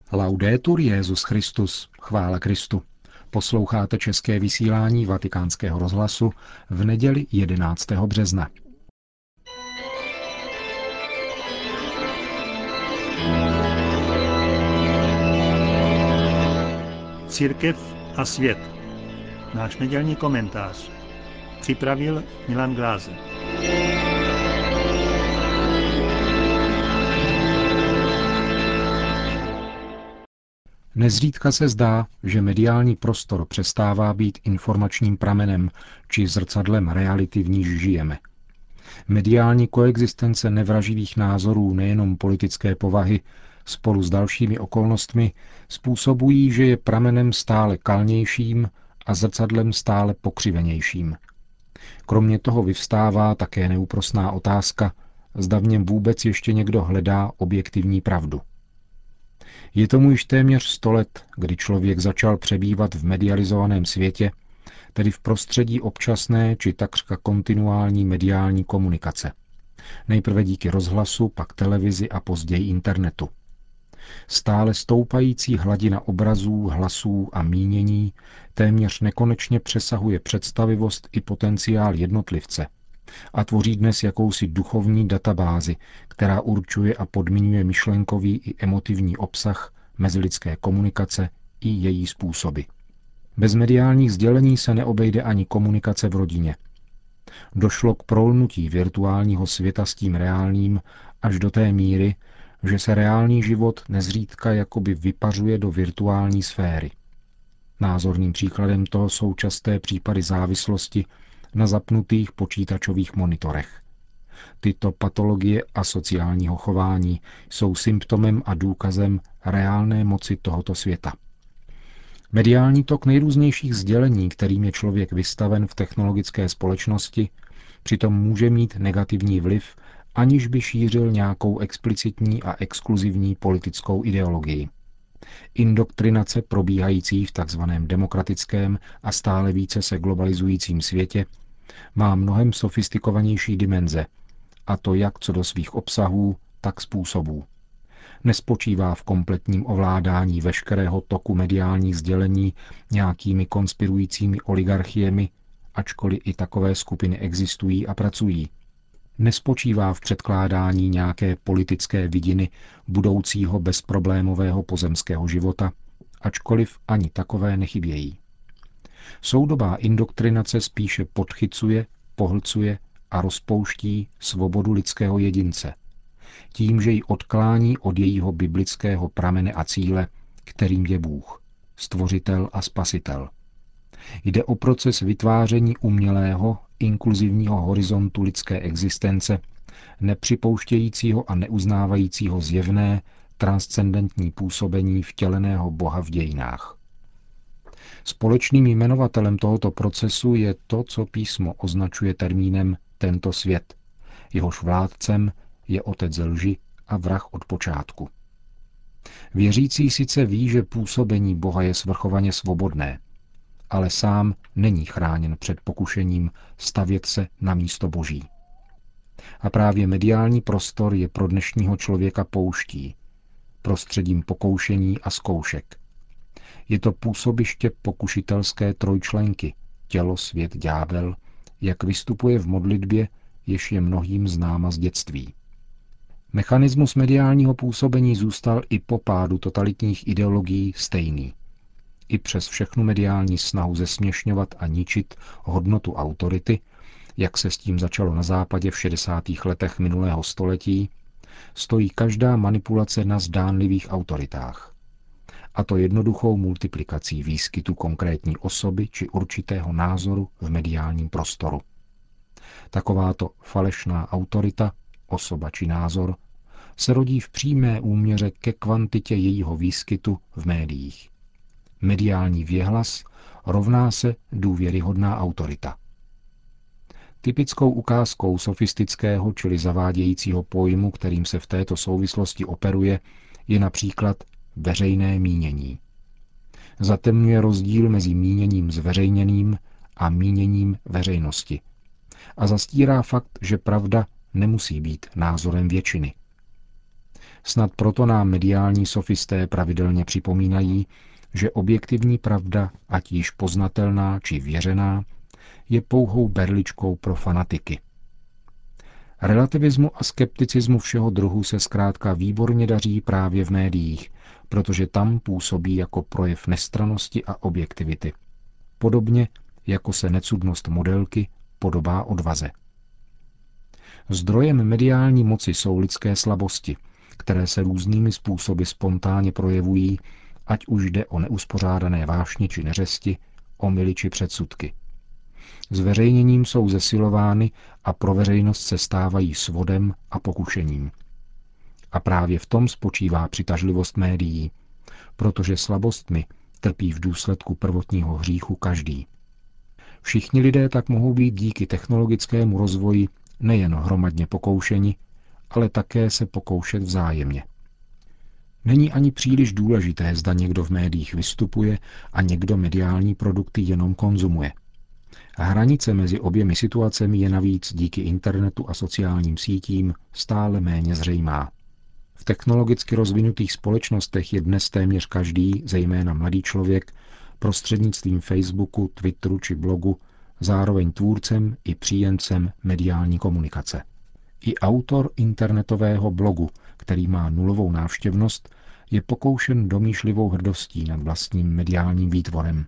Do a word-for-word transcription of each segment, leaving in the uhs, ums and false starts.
Laudetur Jesus Christus, chvála Kristu. Posloucháte české vysílání Vatikánského rozhlasu v neděli jedenáctého března. Církev a svět. Náš nedělní komentář. Připravil Milan Glázer. Nezřídka se zdá, že mediální prostor přestává být informačním pramenem či zrcadlem reality, v níž žijeme. Mediální koexistence nevraživých názorů nejenom politické povahy spolu s dalšími okolnostmi způsobují, že je pramenem stále kalnějším a zrcadlem stále pokřivenějším. Kromě toho vyvstává také neúprosná otázka, zda v něm vůbec ještě někdo hledá objektivní pravdu. Je tomu již téměř sto let, kdy člověk začal přebývat v medializovaném světě, tedy v prostředí občasné či takřka kontinuální mediální komunikace. Nejprve díky rozhlasu, pak televizi a později internetu. Stále stoupající hladina obrazů, hlasů a mínění téměř nekonečně přesahuje představivost i potenciál jednotlivce a tvoří dnes jakousi duchovní databázi, která určuje a podmiňuje myšlenkový i emotivní obsah mezilidské komunikace i její způsoby. Bez mediálních sdělení se neobejde ani komunikace v rodině. Došlo k prolnutí virtuálního světa s tím reálným až do té míry, že se reálný život nezřídka jakoby vypařuje do virtuální sféry. Názorným příkladem toho jsou časté případy závislosti na zapnutých počítačových monitorech. Tyto patologie asociálního chování jsou symptomem a důkazem reálné moci tohoto světa. Mediální tok nejrůznějších sdělení, kterým je člověk vystaven v technologické společnosti, přitom může mít negativní vliv, aniž by šířil nějakou explicitní a exkluzivní politickou ideologii. Indoktrinace probíhající v tzv. Demokratickém a stále více se globalizujícím světě má mnohem sofistikovanější dimenze, a to jak co do svých obsahů, tak způsobů. Nespočívá v kompletním ovládání veškerého toku mediálních sdělení nějakými konspirujícími oligarchiemi, ačkoliv i takové skupiny existují a pracují. Nespočívá v předkládání nějaké politické vidiny budoucího bezproblémového pozemského života, ačkoliv ani takové nechybějí. Soudobá indoktrinace spíše podchycuje, pohlcuje a rozpouští svobodu lidského jedince, tím, že ji odklání od jejího biblického pramene a cíle, kterým je Bůh, stvořitel a spasitel. Jde o proces vytváření umělého, inkluzivního horizontu lidské existence, nepřipouštějícího a neuznávajícího zjevné, transcendentní působení vtěleného Boha v dějinách. Společným jmenovatelem tohoto procesu je to, co písmo označuje termínem tento svět. Jehož vládcem je otec lži a vrah od počátku. Věřící sice ví, že působení Boha je svrchovaně svobodné, ale sám není chráněn před pokušením stavět se na místo Boží. A právě mediální prostor je pro dnešního člověka pouští, prostředím pokoušení a zkoušek. Je to působiště pokušitelské trojčlenky, tělo, svět, ďábel, jak vystupuje v modlitbě, jež je mnohým známa z dětství. Mechanismus mediálního působení zůstal i po pádu totalitních ideologií stejný. I přes všechnu mediální snahu zesměšňovat a ničit hodnotu autority, jak se s tím začalo na západě v šedesátých letech minulého století, stojí každá manipulace na zdánlivých autoritách. A to jednoduchou multiplikací výskytu konkrétní osoby či určitého názoru v mediálním prostoru. Takováto falešná autorita, osoba či názor, se rodí v přímé úměře ke kvantitě jejího výskytu v médiích. Mediální věhlas rovná se důvěryhodná autorita. Typickou ukázkou sofistického, čili zavádějícího pojmu, kterým se v této souvislosti operuje, je například veřejné mínění. Zatemňuje rozdíl mezi míněním zveřejněným a míněním veřejnosti a zastírá fakt, že pravda nemusí být názorem většiny. Snad proto nám mediální sofisté pravidelně připomínají, že objektivní pravda, ať již poznatelná či věřená, je pouhou berličkou pro fanatiky. Relativismu a skepticismu všeho druhu se zkrátka výborně daří právě v médiích, protože tam působí jako projev nestrannosti a objektivity. Podobně, jako se necudnost modelky podobá odvaze. Zdrojem mediální moci jsou lidské slabosti, které se různými způsoby spontánně projevují, ať už jde o neuspořádané vášně či neřesti, omyly či předsudky. Zveřejněním jsou zesilovány a pro veřejnost se stávají svodem a pokušením. A právě v tom spočívá přitažlivost médií, protože slabostmi trpí v důsledku prvotního hříchu každý. Všichni lidé tak mohou být díky technologickému rozvoji nejen hromadně pokoušeni, ale také se pokoušet vzájemně. Není ani příliš důležité, zda někdo v médiích vystupuje a někdo mediální produkty jenom konzumuje. Hranice mezi oběmi situacemi je navíc díky internetu a sociálním sítím stále méně zřejmá. V technologicky rozvinutých společnostech je dnes téměř každý, zejména mladý člověk, prostřednictvím Facebooku, Twitteru či blogu zároveň tvůrcem i příjemcem mediální komunikace. I autor internetového blogu, který má nulovou návštěvnost, je pokoušen domýšlivou hrdostí nad vlastním mediálním výtvorem.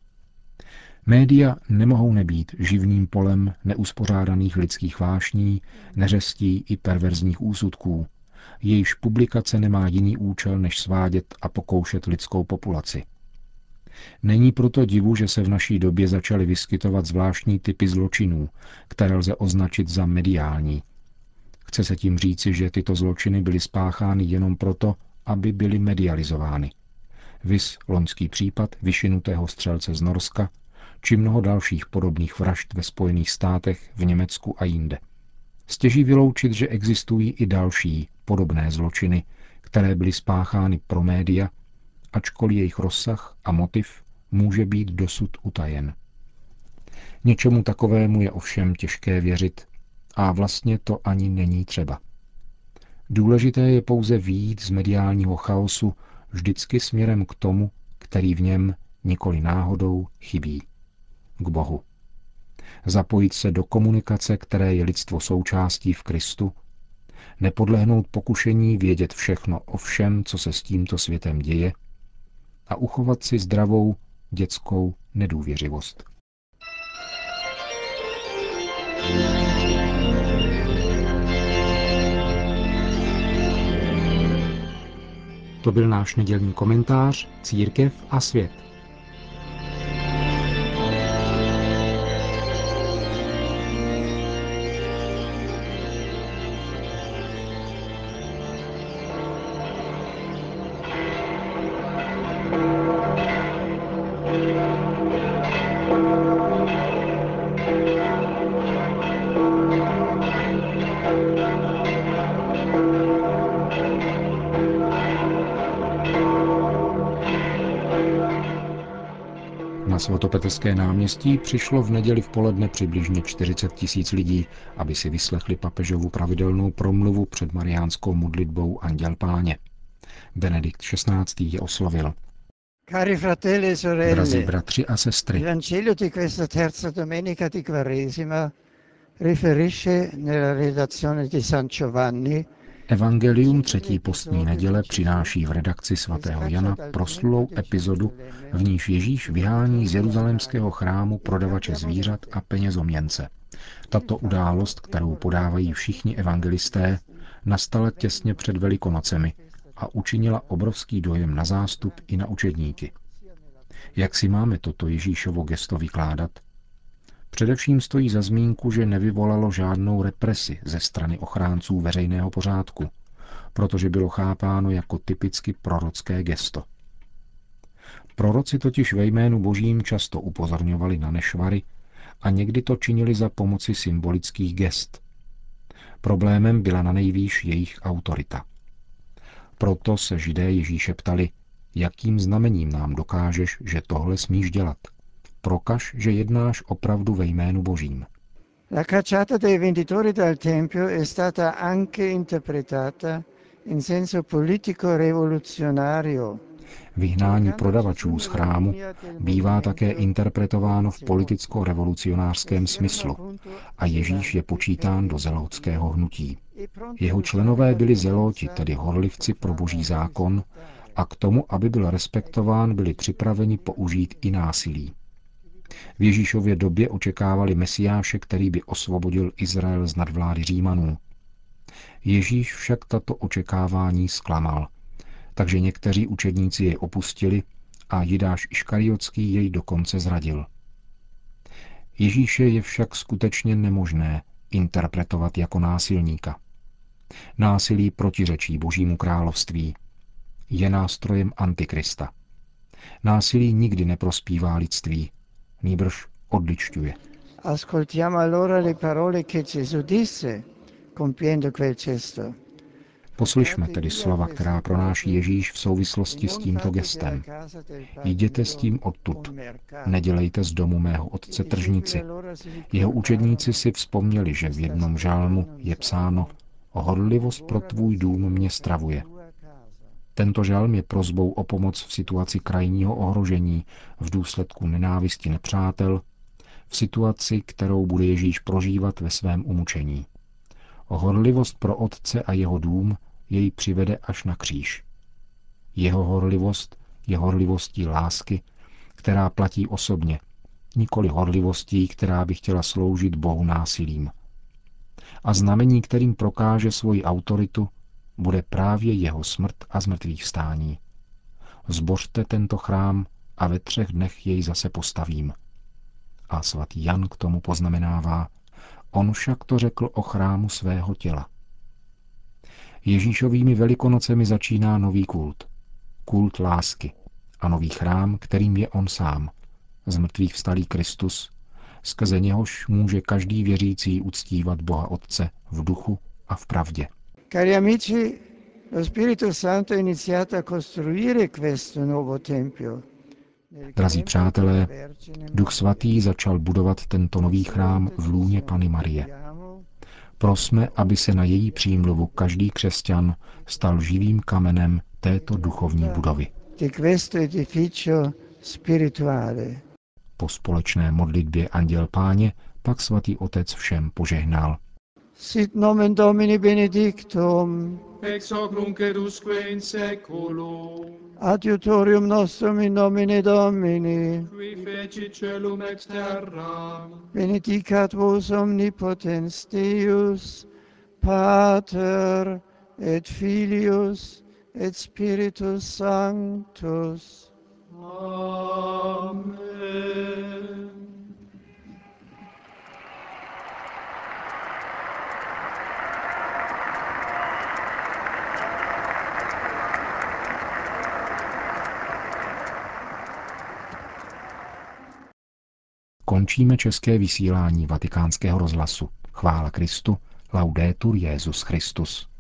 Média nemohou nebýt živným polem neuspořádaných lidských vášní, neřestí i perverzních úsudků. Jejíž publikace nemá jiný účel, než svádět a pokoušet lidskou populaci. Není proto divu, že se v naší době začaly vyskytovat zvláštní typy zločinů, které lze označit za mediální. Chce se tím říci, že tyto zločiny byly spáchány jenom proto, aby byly medializovány. Viz loňský případ vyšinutého střelce z Norska, či mnoho dalších podobných vražd ve Spojených státech, v Německu a jinde. Stěží vyloučit, že existují i další podobné zločiny, které byly spáchány pro média, ačkoliv jejich rozsah a motiv může být dosud utajen. Něčemu takovému je ovšem těžké věřit a vlastně to ani není třeba. Důležité je pouze vyjít z mediálního chaosu vždycky směrem k tomu, který v něm nikoli náhodou chybí. K Bohu. Zapojit se do komunikace, které je lidstvo součástí v Kristu, nepodlehnout pokušení vědět všechno o všem, co se s tímto světem děje, a uchovat si zdravou dětskou nedůvěřivost. To byl náš nedělní komentář Církev a svět. Na svatopetrské náměstí přišlo v neděli v poledne přibližně čtyřicet tisíc lidí, aby si vyslechli papežovu pravidelnou promluvu před mariánskou modlitbou Anděl Páně. Benedikt šestnáctý je oslovil. Cari fratelli e sorelle, Drazí bratři a sestry, il Vangelo di questa terza domenica di Quaresima riferisce nella redazione di San Giovanni. Evangelium třetí postní neděle přináší v redakci svatého Jana proslulou epizodu, v níž Ježíš vyhání z jeruzalémského chrámu prodavače zvířat a penězoměnce. Tato událost, kterou podávají všichni evangelisté, nastala těsně před Velikonocemi a učinila obrovský dojem na zástup i na učedníky. Jak si máme toto Ježíšovo gesto vykládat? Především stojí za zmínku, že nevyvolalo žádnou represi ze strany ochránců veřejného pořádku, protože bylo chápáno jako typicky prorocké gesto. Proroci totiž ve jménu Božím často upozorňovali na nešvary a někdy to činili za pomoci symbolických gest. Problémem byla nanejvýš jejich autorita. Proto se Židé Ježíše ptali, jakým znamením nám dokážeš, že tohle smíš dělat. Prokaž, že jednáš opravdu ve jménu Božím. La cacciata dei venditori dal Tempio è stata anche interpretata in senso politico-rivoluzionario. Vyhnání prodavačů z chrámu bývá také interpretováno v politicko-revolucionářském smyslu a Ježíš je počítán do zelotského hnutí. Jeho členové byli zeloti, tedy horlivci pro boží zákon, a k tomu, aby byl respektován, byli připraveni použít i násilí. V Ježíšově době očekávali Mesiáše, který by osvobodil Izrael z nadvlády Římanů. Ježíš však tato očekávání zklamal, takže někteří učedníci jej opustili a Jidáš Iškariotský jej dokonce zradil. Ježíše je však skutečně nemožné interpretovat jako násilníka. Násilí protiřečí Božímu království. Je nástrojem Antikrista. Násilí nikdy neprospívá lidství, nýbrž odličťuje. Ascoltiamo allora le parole che Gesù disse, compiendo quel gesto. Poslyšme tedy slova, která pronáší Ježíš v souvislosti s tímto gestem. Jděte s tím odtud. Nedělejte z domu mého otce tržnici. Jeho učedníci si vzpomněli, že v jednom žálmu je psáno: Horlivost pro tvůj dům mě stravuje. Tento žalm je prosbou o pomoc v situaci krajního ohrožení v důsledku nenávisti nepřátel, v situaci, kterou bude Ježíš prožívat ve svém umučení. Horlivost pro otce a jeho dům jej přivede až na kříž. Jeho horlivost je horlivostí lásky, která platí osobně, nikoli horlivostí, která by chtěla sloužit Bohu násilím. A znamení, kterým prokáže svoji autoritu, bude právě jeho smrt a zmrtvýchvstání. Zbořte tento chrám a ve třech dnech jej zase postavím. A svatý Jan k tomu poznamenává: On však to řekl o chrámu svého těla. Ježíšovými velikonocemi začíná nový kult. Kult lásky a nový chrám, kterým je on sám, zmrtvých vstalý Kristus, skrze něhož může každý věřící uctívat Boha Otce v duchu a v pravdě. Cari amici, lo Spirito Santo ha iniziato a costruire questo nuovo tempio. Drazí přátelé, Duch Svatý začal budovat tento nový chrám v lůně Panny Marie. Prosme, aby se na její přímluvu každý křesťan stal živým kamenem této duchovní budovy. Po společné modlitbě Anděl Páně pak svatý otec všem požehnal. Sit nomen Domini benedictum, ex hoc nunc et usque in seculum, adiutorium nostrum in nomine Domini, qui fecit caelum ex terram, benedicat vos omnipotens Deus, Pater et Filius et Spiritus Sanctus. Amen. Končíme české vysílání Vatikánského rozhlasu. Chvála Kristu, laudetur Jesus Christus.